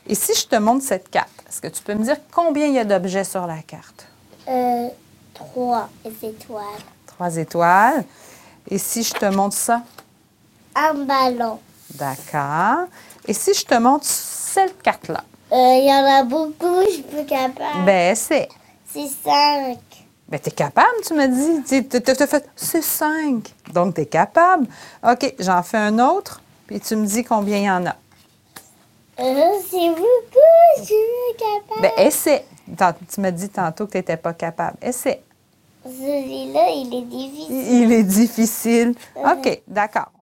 Et si je te montre cette carte, est-ce que tu peux me dire combien il y a d'objets sur la carte? 3 étoiles. 3 étoiles. Et si je te montre ça? Un ballon. D'accord. Et si je te montre cette carte-là? Il y en a beaucoup, je suis plus capable. Ben, c'est. C'est 5. Ben, t'es capable, tu m'as dit. T'as fait, c'est 5. Donc, t'es capable. OK, j'en fais un autre, puis tu me dis combien il y en a. C'est beaucoup, je suis plus capable. Ben, essaie. Tu m'as dit tantôt que t'étais pas capable. Essaie. Celui-là, il est difficile. Il est difficile. OK, d'accord.